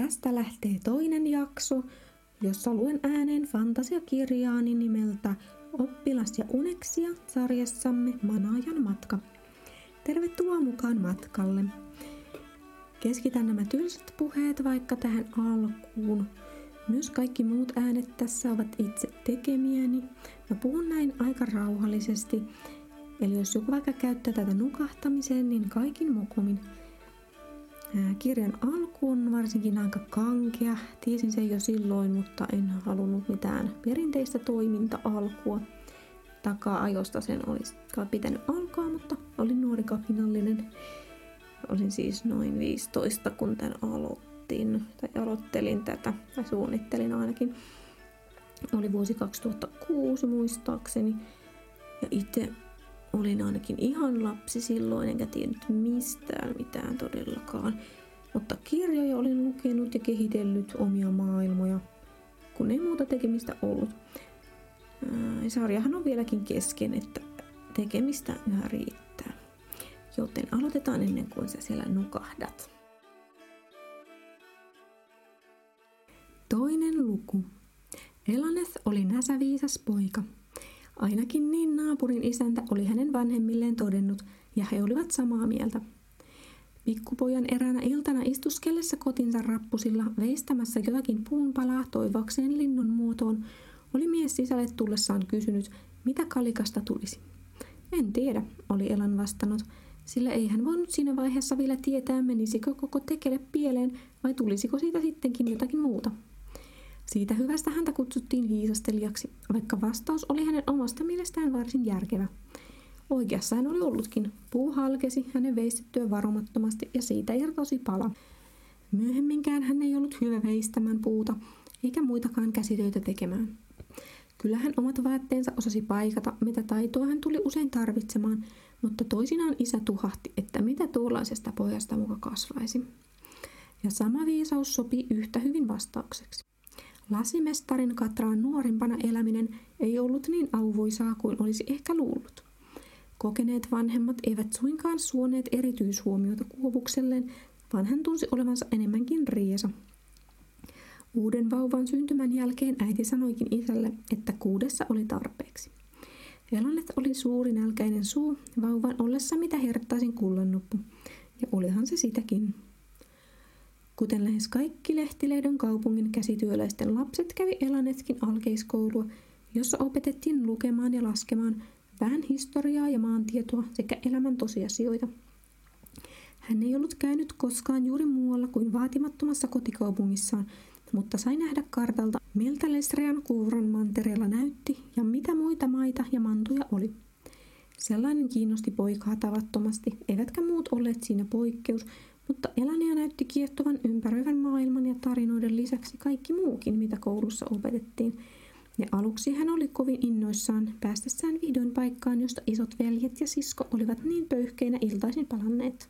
tästä lähtee toinen jakso, jossa luen ääneen fantasiakirjaani nimeltä Oppilas ja uneksia sarjassamme Manaajan matka. Tervetuloa mukaan matkalle. Keskitän nämä tylsät puheet vaikka tähän alkuun. Myös kaikki muut äänet tässä ovat itse tekemiäni. Mä puhun näin aika rauhallisesti. Eli jos joku vaikka käyttää tätä nukahtamiseen, niin kaikin mokomin. Kirjan alku on varsinkin aika kankea. Tiesin sen jo silloin, mutta en halunnut mitään perinteistä toiminta-alkua. Taka-ajosta sen olisi pitänyt alkaa, mutta olin nuori kapinallinen. Olin siis noin 15, kun tämän aloittelin tätä, tai suunnittelin ainakin. Oli vuosi 2006 muistaakseni, ja itse olin ainakin ihan lapsi silloin, enkä tiennyt mistään mitään todellakaan. Mutta kirjoja olin lukenut ja kehitellyt omia maailmoja, kun ei muuta tekemistä ollut. Sarjahan on vieläkin kesken, että tekemistä yhä riittää. Joten aloitetaan ennen kuin sä siellä nukahdat. Toinen luku. Elaneth oli näsäviisas poika. Ainakin niin naapurin isäntä oli hänen vanhemmilleen todennut, ja he olivat samaa mieltä. Pikkupojan eräänä iltana istuskellessa kotinsa rappusilla veistämässä jotakin puunpalaa toivakseen linnun muotoon, oli mies sisälle tullessaan kysynyt, mitä kalikasta tulisi. En tiedä, oli Elan vastannut, sillä ei hän voinut siinä vaiheessa vielä tietää, menisikö koko tekele pieleen vai tulisiko siitä sittenkin jotakin muuta. Siitä hyvästä häntä kutsuttiin viisastelijaksi, vaikka vastaus oli hänen omasta mielestään varsin järkevä. Oikeassa hän oli ollutkin. Puu halkesi hänen veistettyä varomattomasti ja siitä irtosi pala. Myöhemminkään hän ei ollut hyvä veistämään puuta, eikä muitakaan käsitöitä tekemään. Kyllä hän omat vaatteensa osasi paikata, mitä taitoa hän tuli usein tarvitsemaan, mutta toisinaan isä tuhahti, että mitä tuollaisesta pojasta muka kasvaisi. Ja sama viisaus sopii yhtä hyvin vastaukseksi. Lasimestarin Katraan nuorimpana eläminen ei ollut niin auvoisaa kuin olisi ehkä luullut. Kokeneet vanhemmat eivät suinkaan suoneet erityishuomiota Kuopukselleen, vaan hän tunsi olevansa enemmänkin riesa. Uuden vauvan syntymän jälkeen äiti sanoikin isälle, että 6 oli tarpeeksi. Elaneth oli suuri nälkäinen suu, vauvan ollessa mitä herttaisin kullannuppu, ja olihan se sitäkin. Kuten lähes kaikki Lehtileidon kaupungin käsityöläisten lapset kävi Elanethkin alkeiskoulua, jossa opetettiin lukemaan ja laskemaan, vähän historiaa ja maantietoa sekä elämän tosiasioita. Hän ei ollut käynyt koskaan juuri muualla kuin vaatimattomassa kotikaupungissaan, mutta sai nähdä kartalta, miltä Lesrean Kuvron mantereella näytti ja mitä muita maita ja mantuja oli. Sellainen kiinnosti poikaa tavattomasti, eivätkä muut olleet siinä poikkeus, mutta Elania näytti kiehtovan ympäröivän maailman ja tarinoiden lisäksi kaikki muukin, mitä koulussa opetettiin. Ja aluksi hän oli kovin innoissaan päästessään vihdoin paikkaan, josta isot veljet ja sisko olivat niin pöyhkeinä iltaisin palanneet.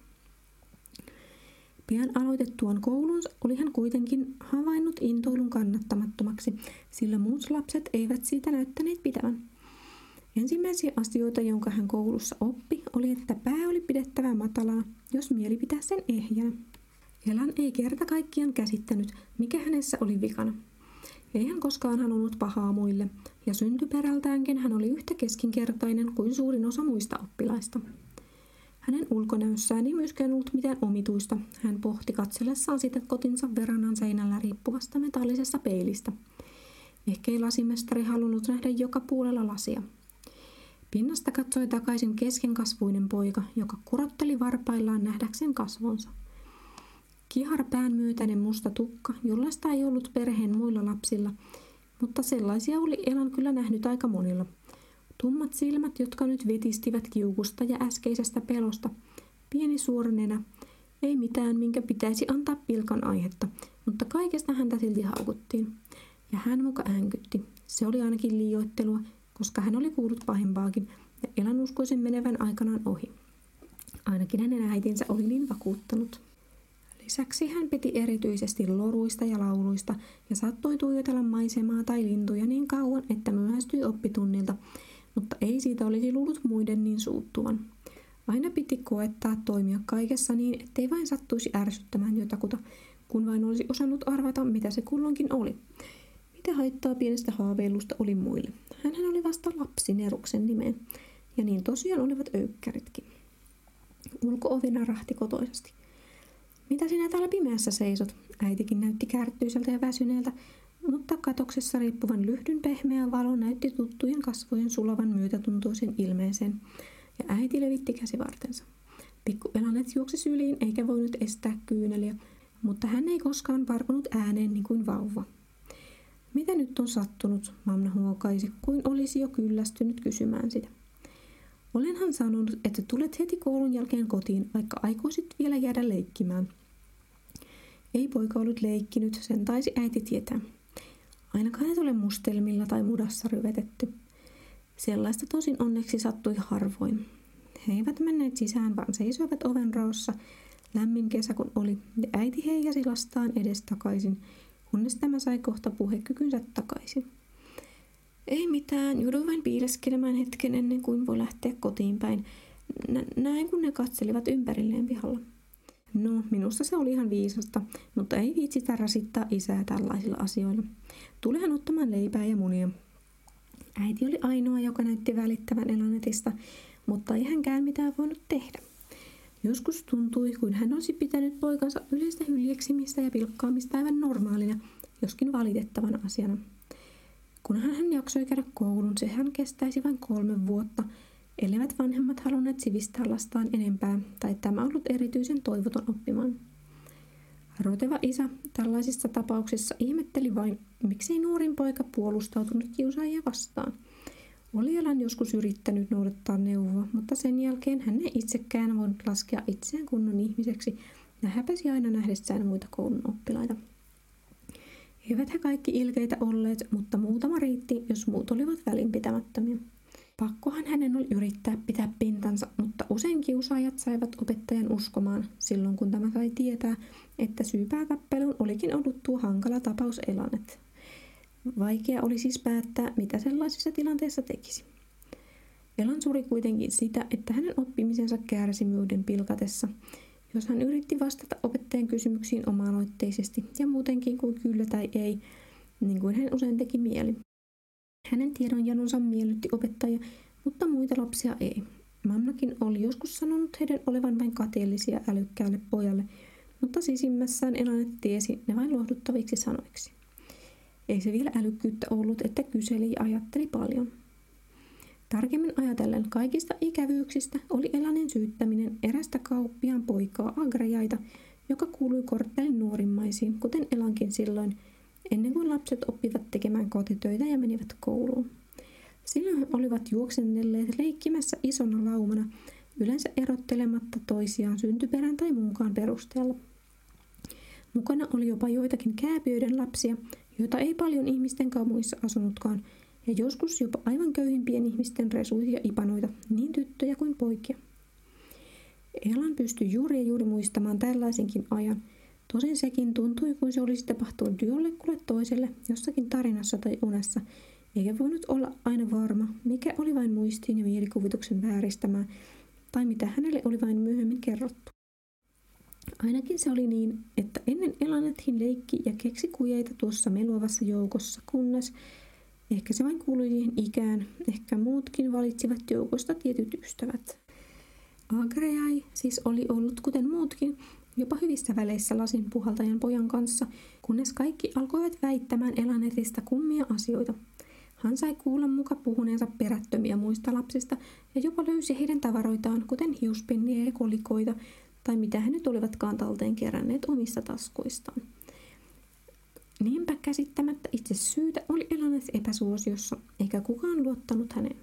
Pian aloitettuaan koulunsa oli hän kuitenkin havainnut intoilun kannattamattomaksi, sillä muut lapset eivät siitä näyttäneet pitävän. Ensimmäisiä asioita, jonka hän koulussa oppi, oli, että pää oli pidettävä matalaa, jos mieli pitää sen ehjänä. Elan ei kerta kaikkiaan käsittänyt, mikä hänessä oli vikana. Ei hän koskaan halunnut pahaa muille, ja syntyperältäänkin hän oli yhtä keskinkertainen kuin suurin osa muista oppilaista. Hänen ulkonäössään ei myöskään ollut mitään omituista. Hän pohti katsellessaan sitä kotinsa verannan seinällä riippuvasta metallisesta peilistä. Ehkä ei lasimestari halunnut nähdä joka puolella lasia. Pinnasta katsoi takaisin keskenkasvuinen poika, joka kurotteli varpaillaan nähdäkseen kasvonsa. Kiharpään myötäinen musta tukka, jollaista ei ollut perheen muilla lapsilla, mutta sellaisia oli Elan kyllä nähnyt aika monilla. Tummat silmät, jotka nyt vetistivät kiukusta ja äskeisestä pelosta. Pieni suora nenä. Ei mitään, minkä pitäisi antaa pilkan aihetta, mutta kaikesta häntä silti haukuttiin. Ja hän muka äänkytti. Se oli ainakin liioittelua, koska hän oli kuullut pahempaakin, ja Elan uskoi sen menevän aikanaan ohi. Ainakin hänen äitinsä oli niin vakuuttanut. Lisäksi hän piti erityisesti loruista ja lauluista ja saattoi tuijotella maisemaa tai lintuja niin kauan, että myöhästyi oppitunnilta, mutta ei siitä olisi luullut muiden niin suuttuvan. Aina piti koettaa toimia kaikessa niin, ettei vain sattuisi ärsyttämään jotakuta, kun vain olisi osannut arvata, mitä se kulloinkin oli. Mitä haittaa pienestä haaveilusta oli muille? Hänhän oli vasta lapsi Neruksen nimeen, ja niin tosiaan olivat öykkäritkin. Ulko-ovi narahti kotoisesti. Mitä sinä täällä pimeässä seisot? Äitikin näytti kärttyiseltä ja väsyneeltä, mutta katoksessa riippuvan lyhdyn pehmeä valo näytti tuttujen kasvojen sulavan myötätuntoisen ilmeeseen, ja äiti levitti käsivartensa. Pikku Elanet juoksi syliin eikä voinut estää kyyneliä, mutta hän ei koskaan parkunut ääneen niin kuin vauva. Mitä nyt on sattunut, mamma huokaisi, kuin olisi jo kyllästynyt kysymään sitä. Olenhan sanonut, että tulet heti koulun jälkeen kotiin, vaikka aikoisit vielä jäädä leikkimään. Ei poika ollut leikkinyt, sen taisi äiti tietää. Ainakaan et ole mustelmilla tai mudassa ryvetetty. Sellaista tosin onneksi sattui harvoin. He eivät menneet sisään, vaan seisoivat ovenraossa. Lämmin kesä kun oli, ja äiti heijasi lastaan edestakaisin, kunnes tämä sai kohta puhekykynsä takaisin. Ei mitään, jouduin vain piileskelemään hetken ennen kuin voi lähteä kotiin päin. Näin kun ne katselivat ympärilleen pihalla. No, minusta se oli ihan viisasta, mutta ei viitsitä rasittaa isää tällaisilla asioilla. Tulehan ottamaan leipää ja munia. Äiti oli ainoa, joka näytti välittävän Elanetista, mutta ei hänkään mitään voinut tehdä. Joskus tuntui, kuin hän olisi pitänyt poikansa yleistä hyljeksimistä ja pilkkaamista aivan normaalina, joskin valitettavana asiana. Kunhan hän jaksoi käydä koulun, sehän kestäisi vain 3 vuotta, elleivät vanhemmat halunneet sivistää lastaan enempää, tai tämä ollut erityisen toivoton oppimaan. Roteva isä tällaisissa tapauksissa ihmetteli vain, miksei nuorin poika puolustautunut kiusaajia vastaan. Oli Elan joskus yrittänyt noudattaa neuvoa, mutta sen jälkeen hän ei itsekään voinut laskea itseään kunnon ihmiseksi ja häpäsi aina nähdessään muita koulun oppilaita. Eivät he kaikki ilkeitä olleet, mutta muutama riitti, jos muut olivat välinpitämättömiä. Pakkohan hänen oli yrittää pitää pintansa, mutta usein kiusaajat saivat opettajan uskomaan silloin, kun tämä sai tietää, että syypäätappeluun olikin ollut tuo hankala tapaus Elanet. Vaikea oli siis päättää, mitä sellaisissa tilanteissa tekisi. Elan suri kuitenkin sitä, että hänen oppimisensa kärsi myöden pilkatessa, jos hän yritti vastata opettajan kysymyksiin oma-aloitteisesti ja muutenkin kuin kyllä tai ei, niin kuin hän usein teki mieli. Hänen tiedonjanonsa miellytti opettajia, mutta muita lapsia ei. Mammakin oli joskus sanonut heidän olevan vain kateellisia älykkäälle pojalle, mutta sisimmässään Elanet tiesi ne vain lohduttaviksi sanoiksi. Ei se vielä älykkyyttä ollut, että kyseli ja ajatteli paljon. Tarkemmin ajatellen kaikista ikävyyksistä oli Elanin syyttäminen erästä kauppiaan poikaa Agrejaita, joka kuului korttelin nuorimmaisiin, kuten Elankin silloin, ennen kuin lapset oppivat tekemään kotitöitä ja menivät kouluun. Silloin he olivat juoksennelleet leikkimässä isona laumana, yleensä erottelematta toisiaan syntyperän tai muunkaan perusteella. Mukana oli jopa joitakin kääpiöiden lapsia, joita ei paljon ihmisten kamuissa asunutkaan, ja joskus jopa aivan köyhimpien ihmisten resuisia ipanoita, niin tyttöjä kuin poikia. Elan pystyi juuri muistamaan tällaisenkin ajan. Tosin sekin tuntui, kuin se olisi tapahtunut jollekulle toiselle jossakin tarinassa tai unessa, eikä voinut olla aina varma, mikä oli vain muistiin ja mielikuvituksen vääristämää, tai mitä hänelle oli vain myöhemmin kerrottu. Ainakin se oli niin, että ennen Elanethin leikki ja keksi kujeita tuossa meluavassa joukossa, kunnes ehkä se vain kuului siihen ikään, ehkä muutkin valitsivat joukosta tietyt ystävät. Agrejai siis oli ollut kuten muutkin, jopa hyvissä väleissä lasin puhaltajan pojan kanssa, kunnes kaikki alkoivat väittämään Elanetista kummia asioita. Hän sai kuulla muka puhuneensa perättömiä muista lapsista ja jopa löysi heidän tavaroitaan, kuten hiuspenniä ja kolikoita, tai mitä he nyt olivatkaan talteen keränneet omista taskuistaan. Niinpä käsittämättä itse syytä oli Elanet epäsuosiossa, eikä kukaan luottanut häneen.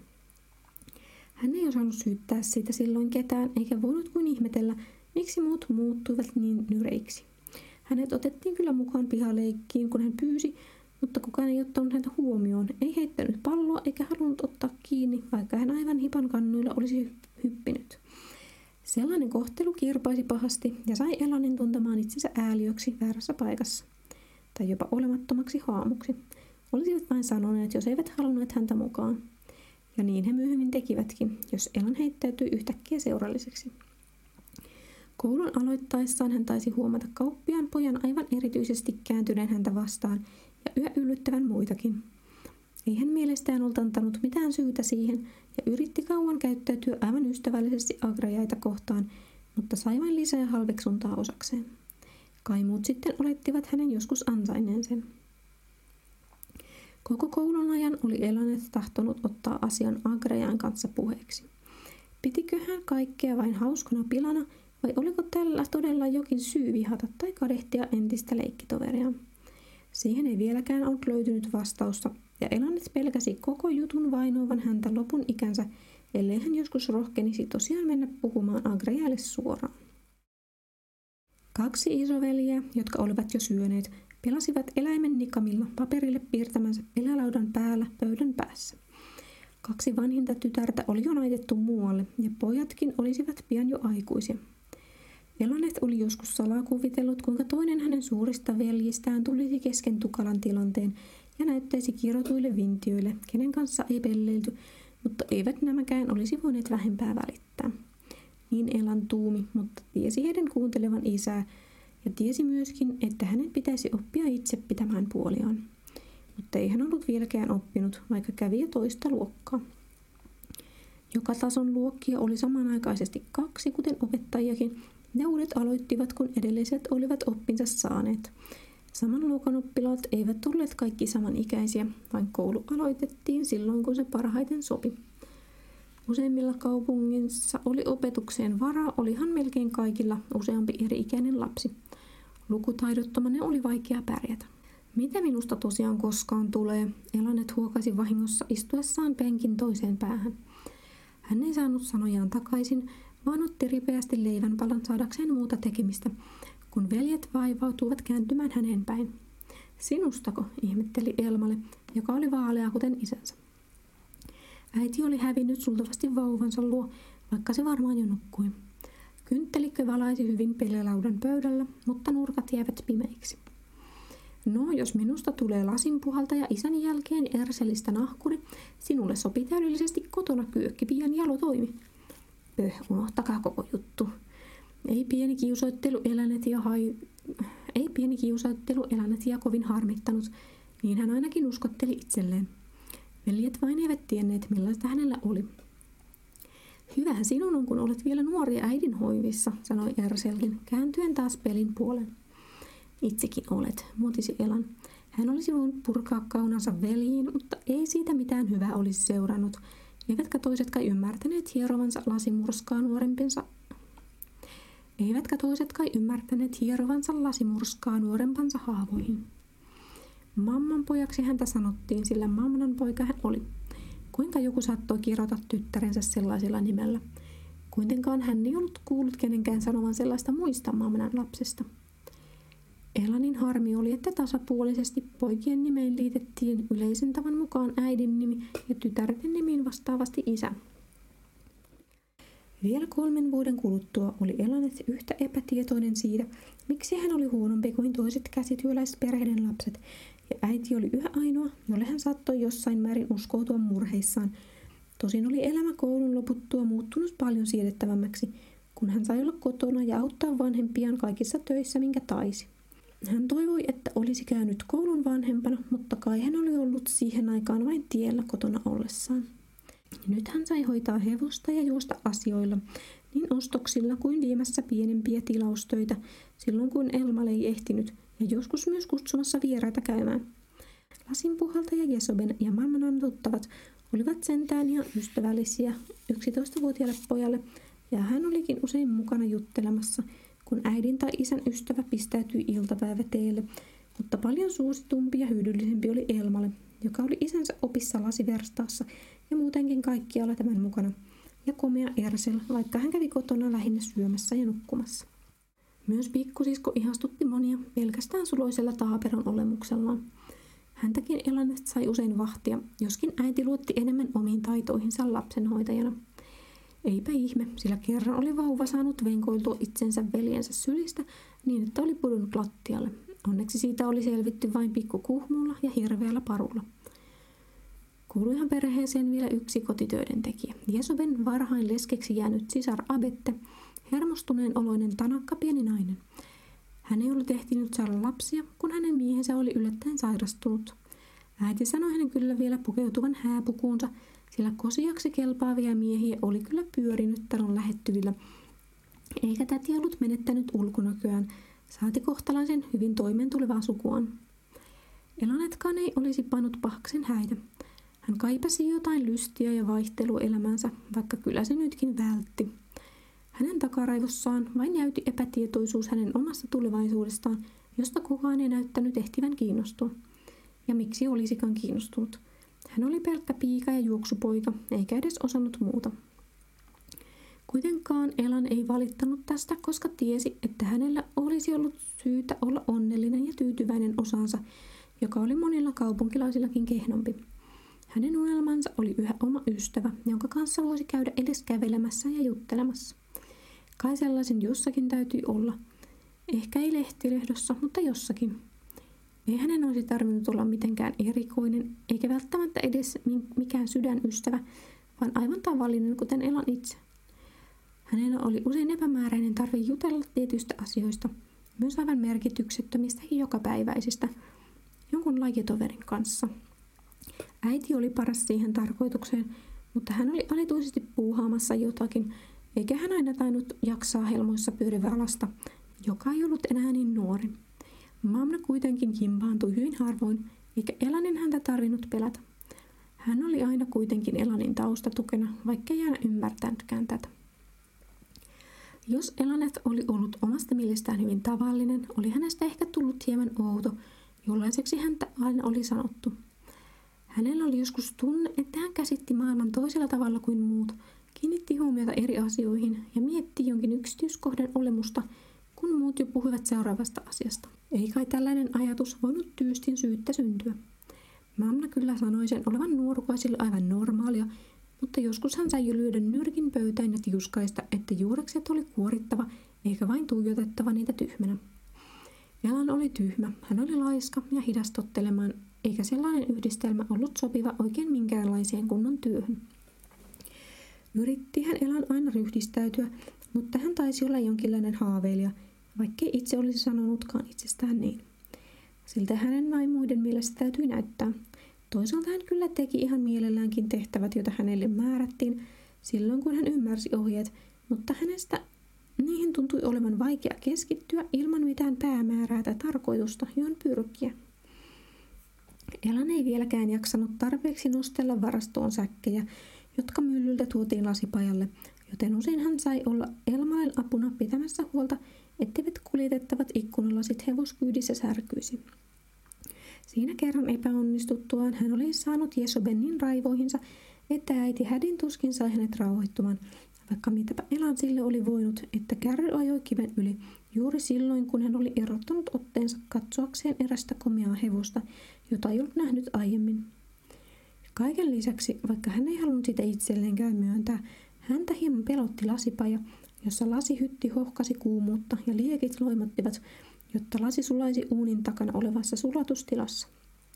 Hän ei osannut syyttää siitä silloin ketään, eikä voinut kuin ihmetellä, miksi muut muuttuivat niin nyreiksi. Hänet otettiin kyllä mukaan pihaleikkiin, kun hän pyysi, mutta kukaan ei ottanut häntä huomioon, ei heittänyt palloa eikä halunnut ottaa kiinni, vaikka hän aivan hipan kannuilla olisi hyppinyt. Sellainen kohtelu kirpaisi pahasti ja sai Elanin tuntemaan itsensä ääliöksi väärässä paikassa, tai jopa olemattomaksi haamuksi. Olisivat vain sanoneet, jos eivät halunneet häntä mukaan. Ja niin he myöhemmin tekivätkin, jos Elan heittäytyi yhtäkkiä seuralliseksi. Koulun aloittaessaan hän taisi huomata kauppiaan pojan aivan erityisesti kääntyneen häntä vastaan ja yllyttävän muitakin. Ei hän mielestään ollut antanut mitään syytä siihen ja yritti kauan käyttäytyä aivan ystävällisesti Agrajaita kohtaan, mutta sai vain lisää halveksuntaa osakseen. Kai muut sitten olettivat hänen joskus ansainneen sen. Koko koulun ajan oli Elaneth tahtonut ottaa asian Agrajan kanssa puheeksi. Pitikö hän kaikkea vain hauskana pilana vai oliko tällä todella jokin syy vihata tai kadehtia entistä leikkitoveria? Siihen ei vieläkään ollut löytynyt vastausta ja Elaneth pelkäsi koko jutun vainoavan häntä lopun ikänsä, ellei hän joskus rohkenisi tosiaan mennä puhumaan Agrajalle suoraan. 2 isoveljeä, jotka olivat jo syöneet, pelasivat eläimen nikamilla paperille piirtämänsä pelälaudan päällä pöydän päässä. 2 vanhinta tytärtä oli jo naitettu muualle ja pojatkin olisivat pian jo aikuisia. Elaneth oli joskus salaa kuvitellut, kuinka toinen hänen suurista veljistään tulisi kesken tukalan tilanteen ja näyttäisi kirotuille vintiöille, kenen kanssa ei pelleilty, mutta eivät nämäkään olisi voineet vähempää välittää. Niin Elan tuumi, mutta tiesi heidän kuuntelevan isää ja tiesi myöskin, että hänen pitäisi oppia itse pitämään puoliaan. Mutta ei hän ollut vieläkään oppinut, vaikka kävi jo toista luokkaa. Joka tason luokkia oli samanaikaisesti 2, kuten opettajiakin, ja uudet aloittivat, kun edelliset olivat oppinsa saaneet. Saman luokan oppilaat eivät olleet kaikki samanikäisiä, vaan koulu aloitettiin silloin, kun se parhaiten sopi. Useimmilla kaupungissa oli opetukseen varaa, olihan melkein kaikilla useampi eri-ikäinen lapsi. Lukutaidottomana oli vaikea pärjätä. Mitä minusta tosiaan koskaan tulee, Elaneth huokasi vahingossa istuessaan penkin toiseen päähän. Hän ei saanut sanojaan takaisin, vaan otti ripeästi leivänpalan saadakseen muuta tekemistä, kun veljet vaivautuivat kääntymään häneen päin. Sinustako, ihmetteli Elmalle, joka oli vaalea kuten isänsä. Äiti oli hävinnyt sultavasti vauvansa luo, vaikka se varmaan jo nukkui. Kynttelikkö valaisi hyvin pelilaudan pöydällä, mutta nurkat jäivät pimeiksi. No, jos minusta tulee lasinpuhaltaja isän jälkeen Erselistä nahkuri, sinulle sopii täydellisesti kotona kyökki pian jalotoimi. Unohtakaa koko juttu. Ei pieni kiusauttelu Elanethia kovin harmittanut, niin hän ainakin uskotteli itselleen. Veljet vain eivät tienneet, millaista hänellä oli. Hyvähän sinun on, kun olet vielä nuori äidin hoivissa, sanoi Erselkin, kääntyen taas pelin puolen. Itsekin olet, muotisi Elan. Hän olisi voinut purkaa kaunansa veljiin, mutta ei siitä mitään hyvää olisi seurannut. Eivätkä toisetkaan ymmärtäneet hierovansa lasimurskaa nuorempansa haavoihin. Mamman pojaksi häntä sanottiin, sillä mamman poika hän oli. Kuinka joku saattoi kirota tyttärensä sellaisella nimellä? Kuitenkaan hän ei ollut kuullut kenenkään sanovan sellaista muista mamman lapsesta. Elanin harmi oli, että tasapuolisesti poikien nimeen liitettiin yleisen tavan mukaan äidin nimi ja tytärten nimiin vastaavasti isä. Vielä 3 vuoden kuluttua oli Elaneth yhtä epätietoinen siitä, miksi hän oli huonompi kuin toiset käsityöläisperheiden lapset, ja äiti oli yhä ainoa, jolle hän saattoi jossain määrin uskoutua murheissaan. Tosin oli elämä koulun loputtua muuttunut paljon siedettävämmäksi, kun hän sai olla kotona ja auttaa vanhempiaan kaikissa töissä, minkä taisi. Hän toivoi, että olisi käynyt koulun vanhempana, mutta kai hän oli ollut siihen aikaan vain tiellä kotona ollessaan. Nyt hän sai hoitaa hevosta ja juosta asioilla, niin ostoksilla kuin viemässä pienempiä tilaustöitä, silloin kun Elma ei ehtinyt, ja joskus myös kutsumassa vieraita käymään. Lasinpuhaltaja Jesoben ja mamman tuttavat olivat sentään ihan ystävällisiä 11-vuotiaalle pojalle, ja hän olikin usein mukana juttelemassa, kun äidin tai isän ystävä pistäytyi iltapäiväteelle, mutta paljon suositumpi ja hyödyllisempi oli Elmalle, joka oli isänsä opissa lasiverstaassa ja muutenkin kaikkialla tämän mukana, ja komea Ersel, vaikka hän kävi kotona lähinnä syömässä ja nukkumassa. Myös pikkusisko ihastutti monia pelkästään suloisella taaperon olemuksellaan. Häntäkin Elaneth sai usein vahtia, joskin äiti luotti enemmän omiin taitoihinsa lapsenhoitajana. Eipä ihme, sillä kerran oli vauva saanut venkoiltua itsensä veljensä sylistä niin, että oli pudonnut lattialle. Onneksi siitä oli selvitty vain pikkukuhmulla ja hirveällä parulla. Kuuluihan perheeseen vielä yksi kotitöiden tekijä. Jesoben varhain leskeksi jäänyt sisar Abette, hermostuneen oloinen tanakka pieni nainen. Hän ei ollut ehtinyt saada lapsia, kun hänen miehensä oli yllättäen sairastunut. Äiti sanoi hänen kyllä vielä pukeutuvan hääpukuunsa, sillä kosiaksi kelpaavia miehiä oli kyllä pyörinyt talon lähettyvillä, eikä täti ollut menettänyt ulkonäköään, saati kohtalaisen hyvin toimeentulevaa sukuaan. Elanetkaan ei olisi pannut pahaksen häitä. Hän kaipasi jotain lystiä ja vaihtelua elämänsä, vaikka kyllä se nytkin vältti. Hänen takaraivossaan vain jäyti epätietoisuus hänen omasta tulevaisuudestaan, josta kukaan ei näyttänyt ehtivän kiinnostua. Ja miksi olisikaan kiinnostunut? Hän oli pelkkä piika ja juoksupoika, eikä edes osannut muuta. Kuitenkaan Elan ei valittanut tästä, koska tiesi, että hänellä olisi ollut syytä olla onnellinen ja tyytyväinen osansa, joka oli monilla kaupunkilaisillakin kehnompi. Hänen unelmansa oli yhä oma ystävä, jonka kanssa voisi käydä edes kävelemässä ja juttelemassa. Kai sellaisen jossakin täytyy olla. Ehkä ei lehtilehdossa, mutta jossakin. Ei hänen olisi tarvinnut olla mitenkään erikoinen, eikä välttämättä edes mikään sydänystävä, vaan aivan tavallinen, kuten Elan itse. Hänellä oli usein epämääräinen tarve jutella tietyistä asioista, myös aivan merkityksettömistä ja jokapäiväisistä, jonkun lajitoverin kanssa. Äiti oli paras siihen tarkoitukseen, mutta hän oli alituisesti puuhaamassa jotakin, eikä hän aina tainnut jaksaa helmoissa pyörivää lasta, joka ei ollut enää niin nuori. Mamna kuitenkin kimpaantui hyvin harvoin, eikä Elanin häntä tarvinnut pelätä. Hän oli aina kuitenkin Elanin taustatukena, vaikka ei aina ymmärtänytkään tätä. Jos Elanet oli ollut omasta mielestään hyvin tavallinen, oli hänestä ehkä tullut hieman outo, jollaiseksi häntä aina oli sanottu. Hänellä oli joskus tunne, että hän käsitti maailman toisella tavalla kuin muut, kiinnitti huomiota eri asioihin ja mietti jonkin yksityiskohdan olemusta, kun muut jo puhuivat seuraavasta asiasta. Ei kai tällainen ajatus voinut tyystin syyttä syntyä. Mamma kyllä sanoi sen olevan nuorukaisille aivan normaalia, mutta joskus hän sai jo lyödä nyrkin pöytään ja tiuskaista, että juurekset oli kuorittava eikä vain tuijotettava niitä tyhmänä. Elan oli tyhmä, hän oli laiska ja hidas tottelemaan, eikä sellainen yhdistelmä ollut sopiva oikein minkäänlaiseen kunnon työhön. Yritti hän Elan aina ryhdistäytyä, mutta hän taisi olla jonkinlainen haaveilija, vaikkei itse olisi sanonutkaan itsestään niin. Siltä hänen vai muiden mielestä täytyi näyttää. Toisaalta hän kyllä teki ihan mielelläänkin tehtävät, joita hänelle määrättiin, silloin kun hän ymmärsi ohjeet, mutta hänestä niihin tuntui olevan vaikea keskittyä ilman mitään päämäärää tai tarkoitusta, johon pyrkiä. Elan ei vieläkään jaksanut tarpeeksi nostella varastoon säkkejä, jotka myllyltä tuotiin lasipajalle, joten usein hän sai olla Elmalle apuna pitämässä huolta, etteivät kuljetettavat ikkunalasit hevoskyydissä särkyisi. Siinä kerran epäonnistuttuaan hän oli saanut Jesoben niin raivoihinsa, että äiti hädin tuskin sai hänet rauhoittumaan, vaikka mitäpä Elan sille oli voinut, että kärry ajoi kiven yli juuri silloin, kun hän oli erottanut otteensa katsoakseen erästä komeaa hevosta, jota ei ollut nähnyt aiemmin. Kaiken lisäksi, vaikka hän ei halunnut sitä itselleenkään myöntää, häntä hieman pelotti lasipaja, jossa lasihytti hohkasi kuumuutta ja liekit loimattivat, jotta lasi sulaisi uunin takana olevassa sulatustilassa.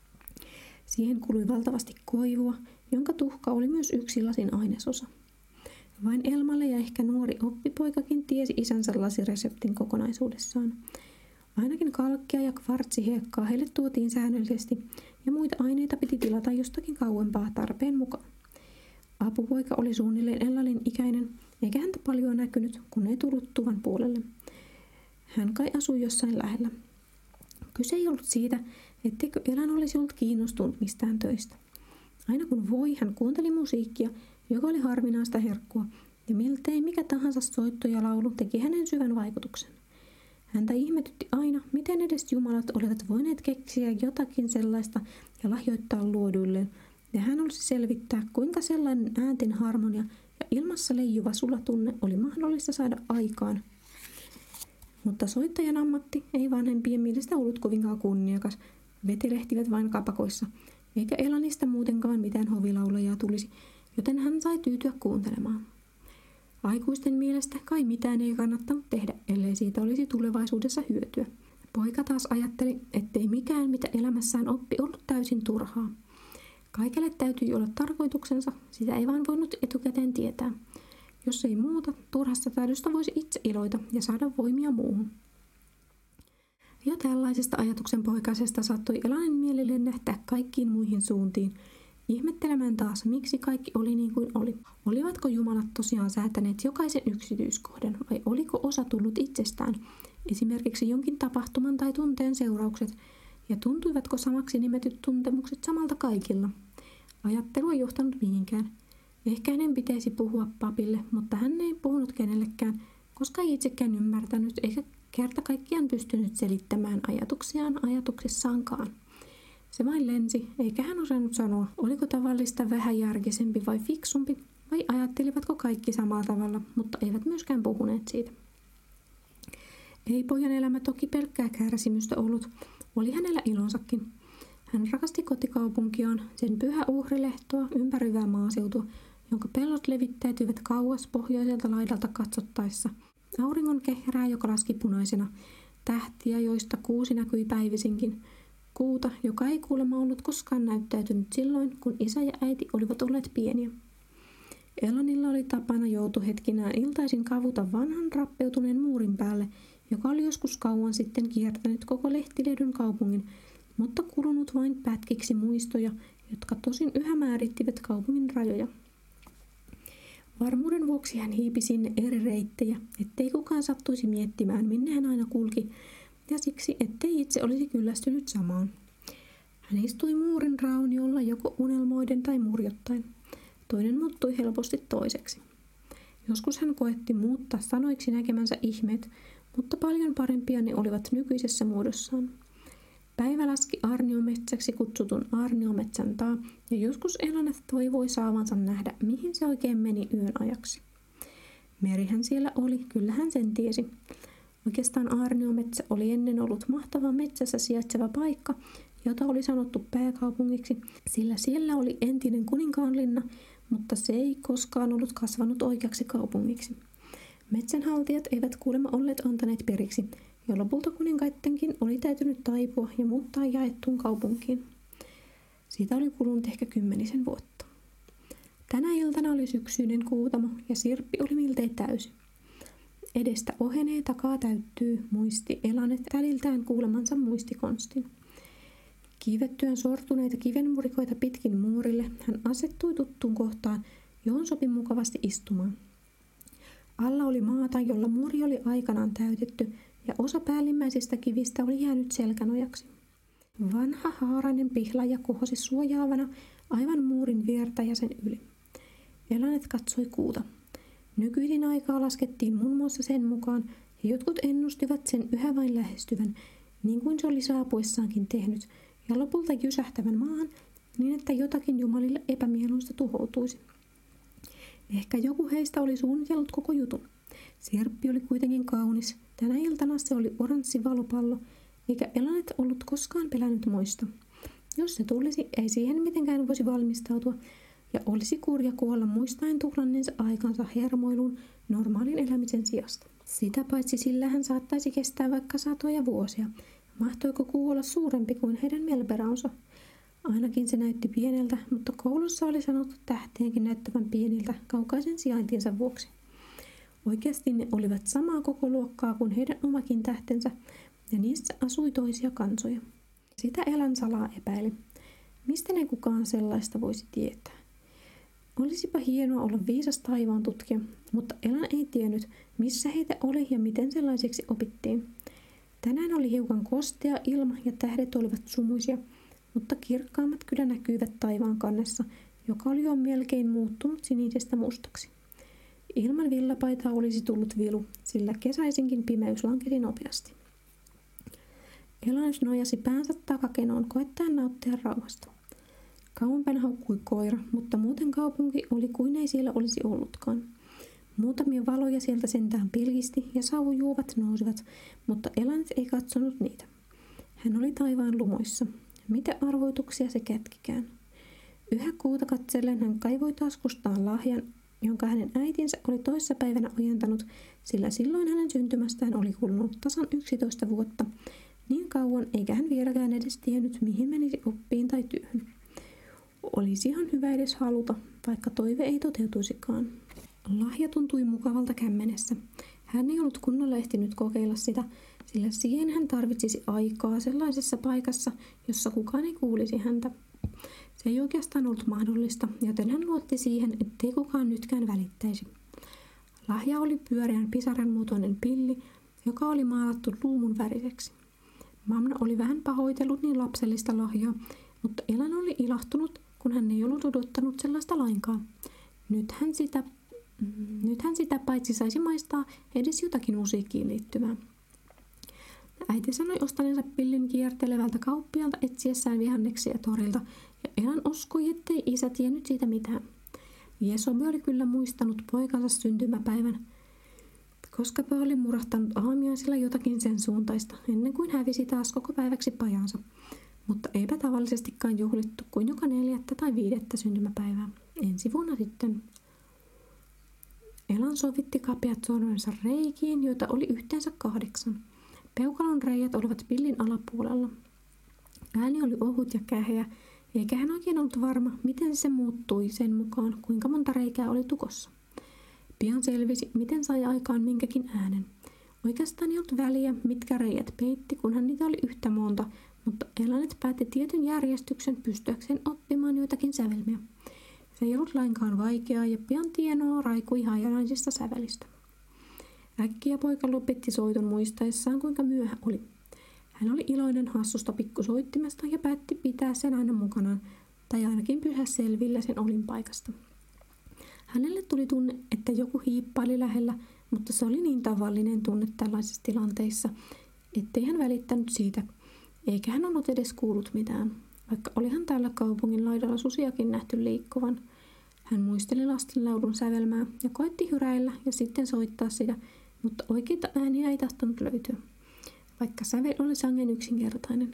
Siihen kului valtavasti koivua, jonka tuhka oli myös yksi lasin ainesosa. Vain Elmalle ja ehkä nuori oppipoikakin tiesi isänsä lasireseptin kokonaisuudessaan. Ainakin kalkkia ja kvartsihiekkaa heille tuotiin säännöllisesti ja muita aineita piti tilata jostakin kauempaa tarpeen mukaan. Apupoika oli suunnilleen Ellanin ikäinen, eikä häntä paljon näkynyt, kun ei tullut tuvan puolelle. Hän kai asui jossain lähellä. Kyse ei ollut siitä, etteikö Elan olisi ollut kiinnostunut mistään töistä. Aina kun voi, hän kuunteli musiikkia, joka oli harvinaista herkkua, ja miltei mikä tahansa soitto ja laulu teki hänen syvän vaikutuksen. Häntä ihmetytti aina, miten edes jumalat olivat voineet keksiä jotakin sellaista ja lahjoittaa luoduilleen, ja hän olisi selvittää, kuinka sellainen äänten harmonia ja ilmassa leijuva sulatunne oli mahdollista saada aikaan. Mutta soittajan ammatti ei vanhempien mielestä ollut kovinkaan kunniakas, vetelehtivät vain kapakoissa, eikä Elanista muutenkaan mitään hovilaulajaa tulisi, joten hän sai tyytyä kuuntelemaan. Aikuisten mielestä kai mitään ei kannattanut tehdä, ellei siitä olisi tulevaisuudessa hyötyä. Poika taas ajatteli, ettei mikään, mitä elämässään oppi, ollut täysin turhaa. Kaikelle täytyi olla tarkoituksensa, sitä ei vaan voinut etukäteen tietää. Jos ei muuta, turhasta taidosta voisi itse iloita ja saada voimia muuhun. Ja tällaisesta ajatuksen poikaisesta saattoi Elanen mieli lennähtää kaikkiin muihin suuntiin, ihmettelemään taas, miksi kaikki oli niin kuin oli. Olivatko jumalat tosiaan säätäneet jokaisen yksityiskohdan, vai oliko osa tullut itsestään, esimerkiksi jonkin tapahtuman tai tunteen seuraukset, ja tuntuivatko samaksi nimetyt tuntemukset samalta kaikilla? Ajattelu ei johtanut mihinkään. Ehkä hänen pitäisi puhua papille, mutta hän ei puhunut kenellekään, koska ei itsekään ymmärtänyt eikä kerta kaikkiaan pystynyt selittämään ajatuksiaan ajatuksissaankaan. Se vain lensi, eikä hän osannut sanoa, oliko tavallista vähän järkisempi vai fiksumpi, vai ajattelivatko kaikki samalla tavalla, mutta eivät myöskään puhuneet siitä. Ei pojan elämä toki pelkkää kärsimystä ollut, oli hänellä ilonsakin. Hän rakasti kotikaupunkiaan, sen pyhä uhrilehtoa, ympäröivää maaseutua, jonka pellot levittäytyivät kauas pohjoiselta laidalta katsottaessa. Auringon kehärää, joka laski punaisena, tähtiä, joista kuusi näkyi päivisinkin, kuuta, joka ei kuulemma ollut koskaan näyttäytynyt silloin, kun isä ja äiti olivat olleet pieniä. Elanilla oli tapana joutuhetkinään iltaisin kavuta vanhan rappeutuneen muurin päälle, joka oli joskus kauan sitten kiertänyt koko Lehtilehdon kaupungin, mutta kulunut vain pätkiksi muistoja, jotka tosin yhä määrittivät kaupungin rajoja. Varmuuden vuoksi hän hiipi sinne eri reittejä, ettei kukaan sattuisi miettimään, minne hän aina kulki, ja siksi, ettei itse olisi kyllästynyt samaan. Hän istui muurin rauniolla joko unelmoiden tai murjottaen. Toinen muuttui helposti toiseksi. Joskus hän koetti muuttaa sanoiksi näkemänsä ihmeet, mutta paljon parempia ne olivat nykyisessä muodossaan. Päivä laski Aarniometsäksi kutsutun Aarniometsän taa, ja joskus Elaneth toivoi saavansa nähdä, mihin se oikein meni yön ajaksi. Merihän siellä oli, kyllä hän sen tiesi. Oikeastaan Aarniometsä oli ennen ollut mahtava metsässä sijaitseva paikka, jota oli sanottu pääkaupungiksi, sillä siellä oli entinen kuninkaanlinna, mutta se ei koskaan ollut kasvanut oikeaksi kaupungiksi. Metsänhaltijat eivät kuulemma olleet antaneet periksi, ja lopulta kuninkaittenkin oli täytynyt taipua ja muuttaa jaettuun kaupunkiin. Siitä oli kulunut ehkä 10 vuotta. Tänä iltana oli syksyinen kuutamo ja sirppi oli miltei täysi. Edestä ohenee, takaa täyttyy, muisti Elanet äidiltään kuulemansa muistikonstin. Kiivettyään sortuneita kivenmurikoita pitkin muurille, hän asettui tuttuun kohtaan, johon sopi mukavasti istumaan. Alla oli maata, jolla muuri oli aikanaan täytetty, ja osa päällimmäisistä kivistä oli jäänyt selkänojaksi. Vanha haarainen pihlaja kohosi suojaavana aivan muurin viertä ja sen yli. Elanet katsoi kuuta. Nykyisin aikaa laskettiin muun muassa sen mukaan, ja jotkut ennustivat sen yhä vain lähestyvän, niin kuin se oli saapuessaankin tehnyt, ja lopulta jysähtävän maahan, niin että jotakin jumalille epämieluista tuhoutuisi. Ehkä joku heistä oli suunnitellut koko jutun. Sirppi oli kuitenkin kaunis. Tänä iltana se oli oranssi valopallo, eikä Elanet ollut koskaan pelännyt moista. Jos se tulisi, ei siihen mitenkään voisi valmistautua, ja olisi kurja kuolla muistaen tuhlanneensa aikansa hermoiluun normaalin elämisen sijasta. Sitä paitsi sillä hän saattaisi kestää vaikka satoja vuosia. Mahtoiko kuu olla suurempi kuin heidän mieliperaonsa? Ainakin se näytti pieneltä, mutta koulussa oli sanottu tähtienkin näyttävän pieniltä kaukaisen sijaintinsa vuoksi. Oikeasti ne olivat samaa koko luokkaa kuin heidän omakin tähtensä, ja niissä asui toisia kansoja. Sitä Elan salaa epäili. Mistä ne kukaan sellaista voisi tietää? Olisipa hienoa olla viisas taivaan tutkija, mutta Elan ei tiennyt, missä heitä oli ja miten sellaiseksi opittiin. Tänään oli hiukan kostea ilma ja tähdet olivat sumuisia, mutta kirkkaammat kyllä näkyivät taivaan kannessa, joka oli jo melkein muuttunut sinisestä mustaksi. Ilman villapaitaa olisi tullut vilu, sillä kesäisinkin pimeys lankesi nopeasti. Elanet nojasi päänsä takakenoon koettaen nauttia rauhasta. Kauempana haukkui koira, mutta muuten kaupunki oli kuin ei siellä olisi ollutkaan. Muutamia valoja sieltä sentään pilkisti ja savujuovat nousivat, mutta Elanet ei katsonut niitä. Hän oli taivaan lumoissa. Mitä arvoituksia se kätkikään? Yhä kuuta katsellen hän kaivoi taskustaan lahjan, jonka hänen äitinsä oli toissapäivänä ojentanut, sillä silloin hänen syntymästään oli kulunut tasan 11 vuotta, niin kauan eikä hän vieläkään edes tiennyt, mihin menisi oppiin tai työhön. Olisi ihan hyvä edes haluta, vaikka toive ei toteutuisikaan. Lahja tuntui mukavalta kämmenessä. Hän ei ollut kunnolla ehtinyt kokeilla sitä, sillä siihen hän tarvitsisi aikaa sellaisessa paikassa, jossa kukaan ei kuulisi häntä. Se ei oikeastaan ollut mahdollista, joten hän luotti siihen, ettei kukaan nytkään välittäisi. Lahja oli pyöreän pisaran muotoinen pilli, joka oli maalattu luumun väriseksi. Mamma oli vähän pahoitellut niin lapsellista lahjaa, mutta Elan oli ilahtunut, kun hän ei ollut odottanut sellaista lainkaan. Nyt hän sitä paitsi saisi maistaa edes jotakin musiikkiin liittyvää. Äiti sanoi ostaneensa pillin kiertelevältä kauppialta etsiessään vihanneksia torilta, ja Elan uskoi, ettei isä tiennyt siitä mitään. Jesobe oli kyllä muistanut poikansa syntymäpäivän, koska Pö oli murahtanut aamiaisilla jotakin sen suuntaista, ennen kuin hävisi taas koko päiväksi pajansa. Mutta eipä tavallisestikaan juhlittu kuin joka 4. tai 5. syntymäpäivää. Ensi vuonna sitten. Elan sovitti kapeat sormensa reikiin, joita oli yhteensä 8. Peukalon reijät olivat pillin alapuolella. Ääni oli ohut ja käheä, eikä hän oikein ollut varma, miten se muuttui sen mukaan, kuinka monta reikää oli tukossa. Pian selvisi, miten sai aikaan minkäkin äänen. Oikeastaan ei ollut väliä, mitkä reijät peitti, kunhan niitä oli yhtä monta, mutta Elanet päätti tietyn järjestyksen pystyäkseen oppimaan joitakin sävelmiä. Se ei ollut lainkaan vaikeaa ja pian tienoa raikui hajanaisista sävelistä. Äkkiä poika lopetti soiton muistaessaan, kuinka myöhä oli. Hän oli iloinen hassusta pikkusoittimesta ja päätti pitää sen aina mukanaan, tai ainakin pysyä selvillä sen olinpaikasta. Hänelle tuli tunne, että joku hiippaili lähellä, mutta se oli niin tavallinen tunne tällaisissa tilanteissa, ettei hän välittänyt siitä, eikä hän ollut edes kuullut mitään, vaikka olihan täällä kaupungin laidalla susiakin nähty liikkuvan. Hän muisteli lastenlaulun sävelmää ja koetti hyräillä ja sitten soittaa sitä, mutta oikeita ääniä ei tahtonut löytyä, vaikka sävel oli sangen yksinkertainen.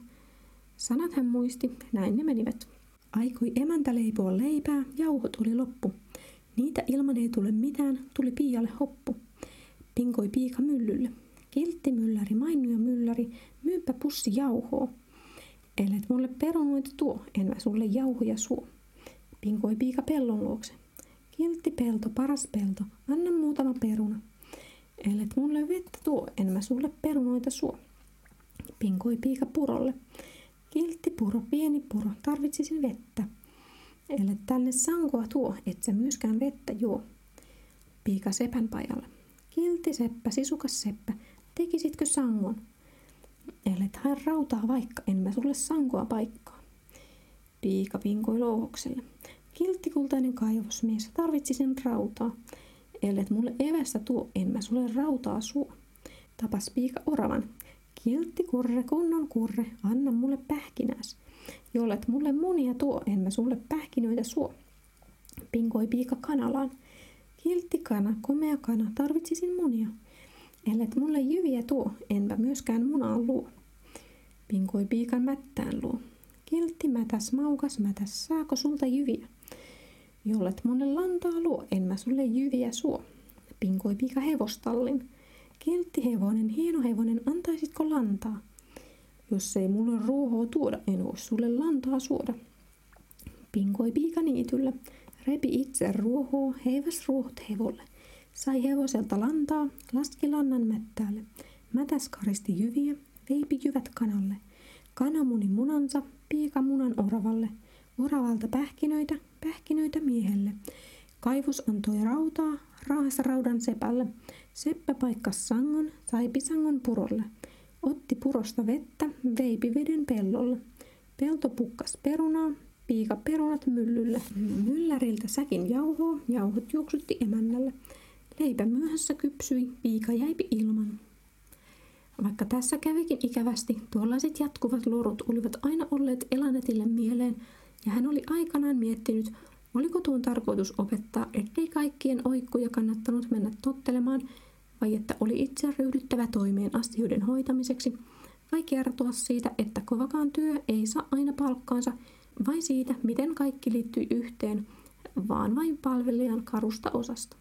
Sanat hän muisti, näin ne menivät. Aikoi emäntä leipoa leipää, jauhot oli loppu. Niitä ilman ei tule mitään, tuli Piialle hoppu. Pinkoi piika myllylle. Kiltti mylläri, mainio mylläri, myypä pussi jauhoa. Ellet mulle perunoita tuo, en mä sulle jauhoja suo. Pinkoi piika pellon luokse. Kiltti pelto, paras pelto, anna muutama peruna. Ellet mulle vettä tuo, en mä sulle perunoita suo. Pinkoi piika purolle. Kiltti puro, pieni puro, tarvitsisin vettä. Ellet tänne sankoa tuo, et sä myöskään vettä juo. Piika sepän pajalle. Kiltti seppä, sisukas seppä, tekisitkö sangon? Ellet hae rautaa vaikka, en mä sulle sankoa paikkaa. Piika pinkoi louhokselle. Kiltti kultainen kaivosmies, tarvitsisin rautaa. Ellet mulle evästä tuo, en mä sulle rautaa suo. Tapas piika oravan. Kiltti kurre, kunnon kurre, anna mulle pähkinäs. Jollet mulle munia tuo, en mä sulle pähkinöitä suo. Pinkoi piika kanalaan. Kiltti kana, komea kana, tarvitsisin munia. Ellet mulle jyviä tuo, enpä myöskään munaa luo. Pinkoi piikan mättään luo. Kiltti mätäs, maukas mätäs, saako sulta jyviä? Jollet mulle lantaa luo, en mä sulle jyviä suo. Pinkoi piika hevostallin. Kiltti hevonen, hieno hevonen, antaisitko lantaa? Jos ei mulle ruohoa tuoda, en voi sulle lantaa suoda. Pinkoi piika niityllä. Repi itse ruohoa, heiväs ruohot hevolle. Sai hevoselta lantaa, laski lannan mättäälle. Mätäs karisti jyviä, veipi jyvät kanalle. Kana muni munansa, piika munan oravalle. Oravalta pähkinöitä, pähkinöitä miehelle. Kaivos antoi rautaa, raahas raudan sepälle. Seppä paikkas sangon, saipi sangon purolle. Otti purosta vettä, veipi veden pellolle. Pelto pukkas perunaa, piika perunat myllylle. Mylläriltä säkin jauhoa, jauhot juoksutti emännälle. Leipä myöhässä kypsyi, piika jäipi ilman. Vaikka tässä kävikin ikävästi, tuollaiset jatkuvat lorut olivat aina olleet Elanetille mieleen, ja hän oli aikanaan miettinyt, oliko tuon tarkoitus opettaa, ettei kaikkien oikkuja kannattanut mennä tottelemaan, vai että oli itse ryhdyttävä toimeen asioiden hoitamiseksi, vai kertoa siitä, että kovakaan työ ei saa aina palkkaansa, vai siitä, miten kaikki liittyi yhteen, vaan vain palvelijan karusta osasta.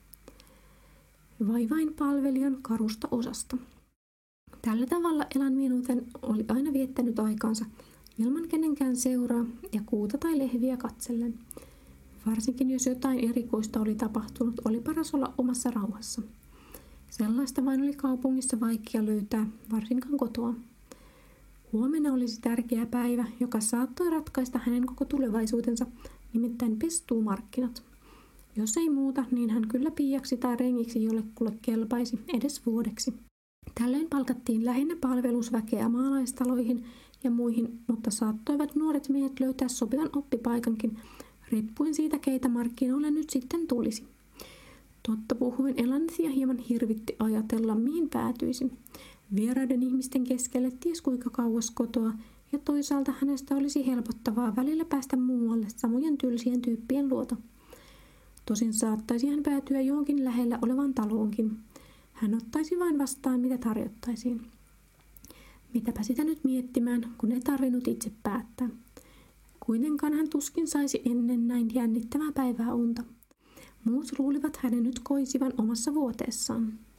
Vai vain palvelijan karusta osasta. Tällä tavalla Elan minuuten oli aina viettänyt aikaansa ilman kenenkään seuraa ja kuuta tai lehviä katsellen. Varsinkin jos jotain erikoista oli tapahtunut, oli paras olla omassa rauhassa. Sellaista vain oli kaupungissa vaikea löytää, varsinkaan kotoa. Huomenna olisi tärkeä päivä, joka saattoi ratkaista hänen koko tulevaisuutensa, nimittäin pestuumarkkinat. Jos ei muuta, niin hän kyllä piiaksi tai rengiksi jollekulle kelpaisi edes vuodeksi. Tällöin palkattiin lähinnä palvelusväkeä maalaistaloihin ja muihin, mutta saattoivat nuoret miehet löytää sopivan oppipaikankin, riippuen siitä, keitä markkinoille nyt sitten tulisi. Totta puhuen Elanesia hieman hirvitti ajatella, mihin päätyisi. Vieraiden ihmisten keskelle ties kuinka kauas kotoa, ja toisaalta hänestä olisi helpottavaa välillä päästä muualle samojen tylsien tyyppien luota. Tosin saattaisi hän päätyä johonkin lähellä olevan taloonkin. Hän ottaisi vain vastaan, mitä tarjottaisiin. Mitäpä sitä nyt miettimään, kun ei tarvinnut itse päättää. Kuitenkaan hän tuskin saisi ennen näin jännittävää päivää unta. Muut luulivat hänen nyt koisivan omassa vuoteessaan.